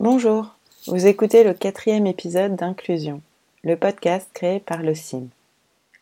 Bonjour, vous écoutez le 4e épisode d'Inclusion, le podcast créé par le CIM. L'objectif ?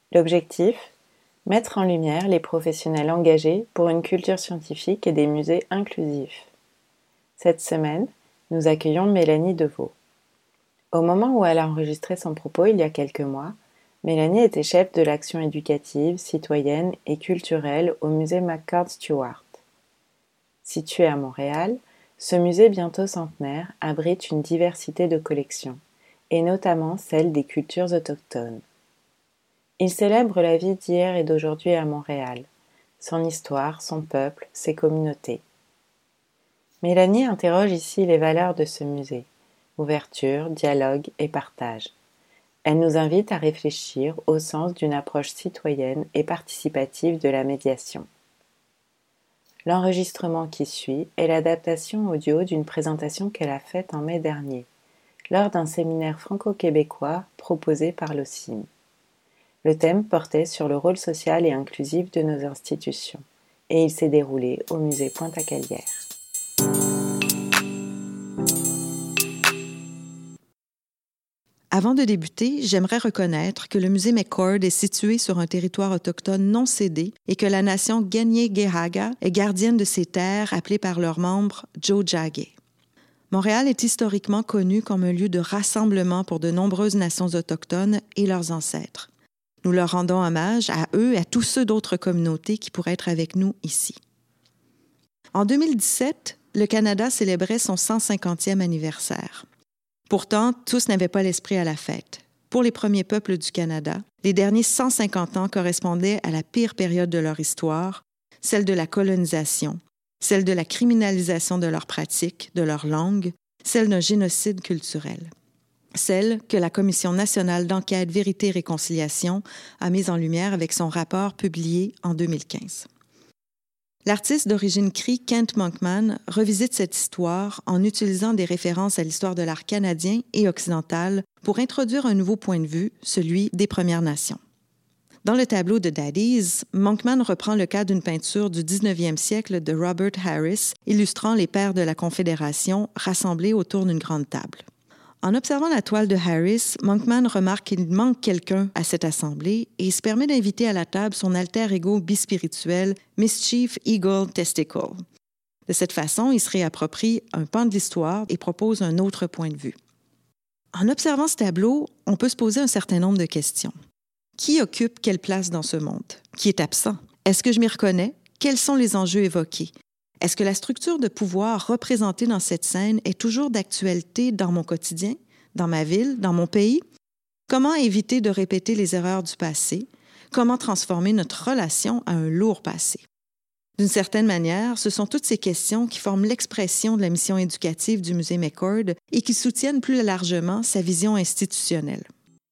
Mettre en lumière les professionnels engagés pour une culture scientifique et des musées inclusifs. Cette semaine, nous accueillons Mélanie Deveau. Au moment où elle a enregistré son propos il y a quelques mois, Mélanie était chef de l'action éducative, citoyenne et culturelle au musée McCord Stewart. Situé à Montréal, ce musée bientôt centenaire abrite une diversité de collections, et notamment celle des cultures autochtones. Il célèbre la vie d'hier et d'aujourd'hui à Montréal, son histoire, son peuple, ses communautés. Mélanie interroge ici les valeurs de ce musée, ouverture, dialogue et partage. Elle nous invite à réfléchir au sens d'une approche citoyenne et participative de la médiation. L'enregistrement qui suit est l'adaptation audio d'une présentation qu'elle a faite en mai dernier, lors d'un séminaire franco-québécois proposé par le CIM. Le thème portait sur le rôle social et inclusif de nos institutions, et il s'est déroulé au musée Pointe-à-Calière. Avant de débuter, j'aimerais reconnaître que le musée McCord est situé sur un territoire autochtone non cédé et que la nation Kanien'kehá:ka est gardienne de ces terres appelées par leurs membres Tiohtià:ke. Montréal est historiquement connu comme un lieu de rassemblement pour de nombreuses nations autochtones et leurs ancêtres. Nous leur rendons hommage à eux et à tous ceux d'autres communautés qui pourraient être avec nous ici. En 2017, le Canada célébrait son 150e anniversaire. Pourtant, tous n'avaient pas l'esprit à la fête. Pour les premiers peuples du Canada, les derniers 150 ans correspondaient à la pire période de leur histoire, celle de la colonisation, celle de la criminalisation de leurs pratiques, de leur langue, celle d'un génocide culturel. Celle que la Commission nationale d'enquête Vérité et Réconciliation a mise en lumière avec son rapport publié en 2015. L'artiste d'origine Cree, Kent Monkman, revisite cette histoire en utilisant des références à l'histoire de l'art canadien et occidental pour introduire un nouveau point de vue, celui des Premières Nations. Dans le tableau de Daddies, Monkman reprend le cas d'une peinture du 19e siècle de Robert Harris, illustrant les pères de la Confédération rassemblés autour d'une grande table. En observant la toile de Harris, Monkman remarque qu'il manque quelqu'un à cette assemblée et il se permet d'inviter à la table son alter ego bispirituel, Mischief Eagle Testicle. De cette façon, il se réapproprie un pan de l'histoire et propose un autre point de vue. En observant ce tableau, on peut se poser un certain nombre de questions. Qui occupe quelle place dans ce monde? Qui est absent? Est-ce que je m'y reconnais? Quels sont les enjeux évoqués? Est-ce que la structure de pouvoir représentée dans cette scène est toujours d'actualité dans mon quotidien, dans ma ville, dans mon pays? Comment éviter de répéter les erreurs du passé? Comment transformer notre relation à un lourd passé? D'une certaine manière, ce sont toutes ces questions qui forment l'expression de la mission éducative du musée McCord et qui soutiennent plus largement sa vision institutionnelle.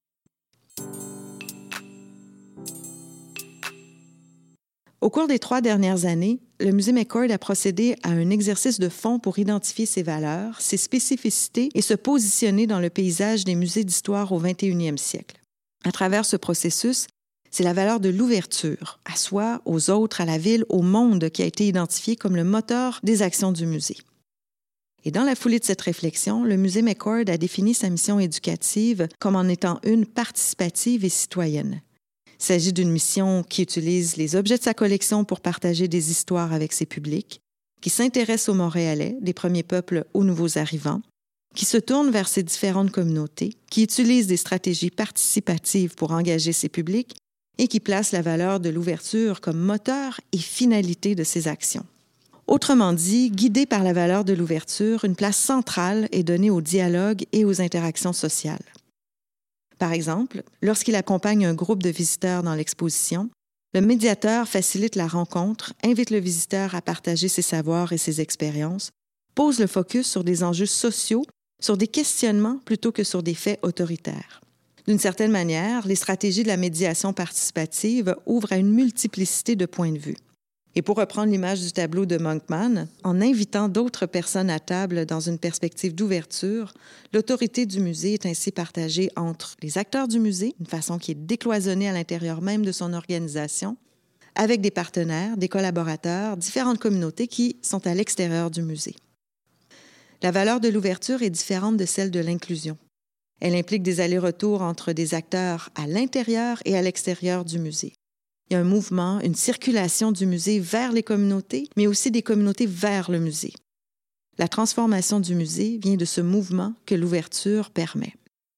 Au cours des 3 dernières années, le musée McCord a procédé à un exercice de fond pour identifier ses valeurs, ses spécificités et se positionner dans le paysage des musées d'histoire au 21e siècle. À travers ce processus, c'est la valeur de l'ouverture à soi, aux autres, à la ville, au monde qui a été identifiée comme le moteur des actions du musée. Et dans la foulée de cette réflexion, le musée McCord a défini sa mission éducative comme en étant une participative et citoyenne. Il s'agit d'une mission qui utilise les objets de sa collection pour partager des histoires avec ses publics, qui s'intéresse aux Montréalais, des premiers peuples aux nouveaux arrivants, qui se tourne vers ses différentes communautés, qui utilise des stratégies participatives pour engager ses publics et qui place la valeur de l'ouverture comme moteur et finalité de ses actions. Autrement dit, guidé par la valeur de l'ouverture, une place centrale est donnée au dialogue et aux interactions sociales. Par exemple, lorsqu'il accompagne un groupe de visiteurs dans l'exposition, le médiateur facilite la rencontre, invite le visiteur à partager ses savoirs et ses expériences, pose le focus sur des enjeux sociaux, sur des questionnements plutôt que sur des faits autoritaires. D'une certaine manière, les stratégies de la médiation participative ouvrent à une multiplicité de points de vue. Et pour reprendre l'image du tableau de Monkman, en invitant d'autres personnes à table dans une perspective d'ouverture, l'autorité du musée est ainsi partagée entre les acteurs du musée, une façon qui est décloisonnée à l'intérieur même de son organisation, avec des partenaires, des collaborateurs, différentes communautés qui sont à l'extérieur du musée. La valeur de l'ouverture est différente de celle de l'inclusion. Elle implique des allers-retours entre des acteurs à l'intérieur et à l'extérieur du musée. Il y a un mouvement, une circulation du musée vers les communautés, mais aussi des communautés vers le musée. La transformation du musée vient de ce mouvement que l'ouverture permet.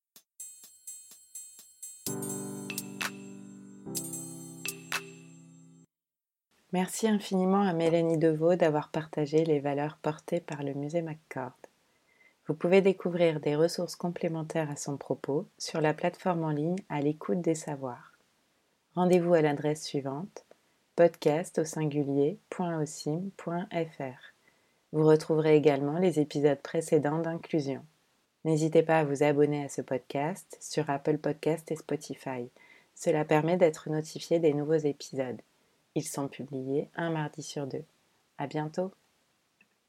Merci infiniment à Mélanie Deveau d'avoir partagé les valeurs portées par le musée McCord. Vous pouvez découvrir des ressources complémentaires à son propos sur la plateforme en ligne À l'écoute des savoirs. Rendez-vous à l'adresse suivante podcast.ocim.fr. Vous retrouverez également les épisodes précédents d'Inclusion. N'hésitez pas à vous abonner à ce podcast sur Apple Podcasts et Spotify. Cela permet d'être notifié des nouveaux épisodes. Ils sont publiés un mardi sur 2. À bientôt!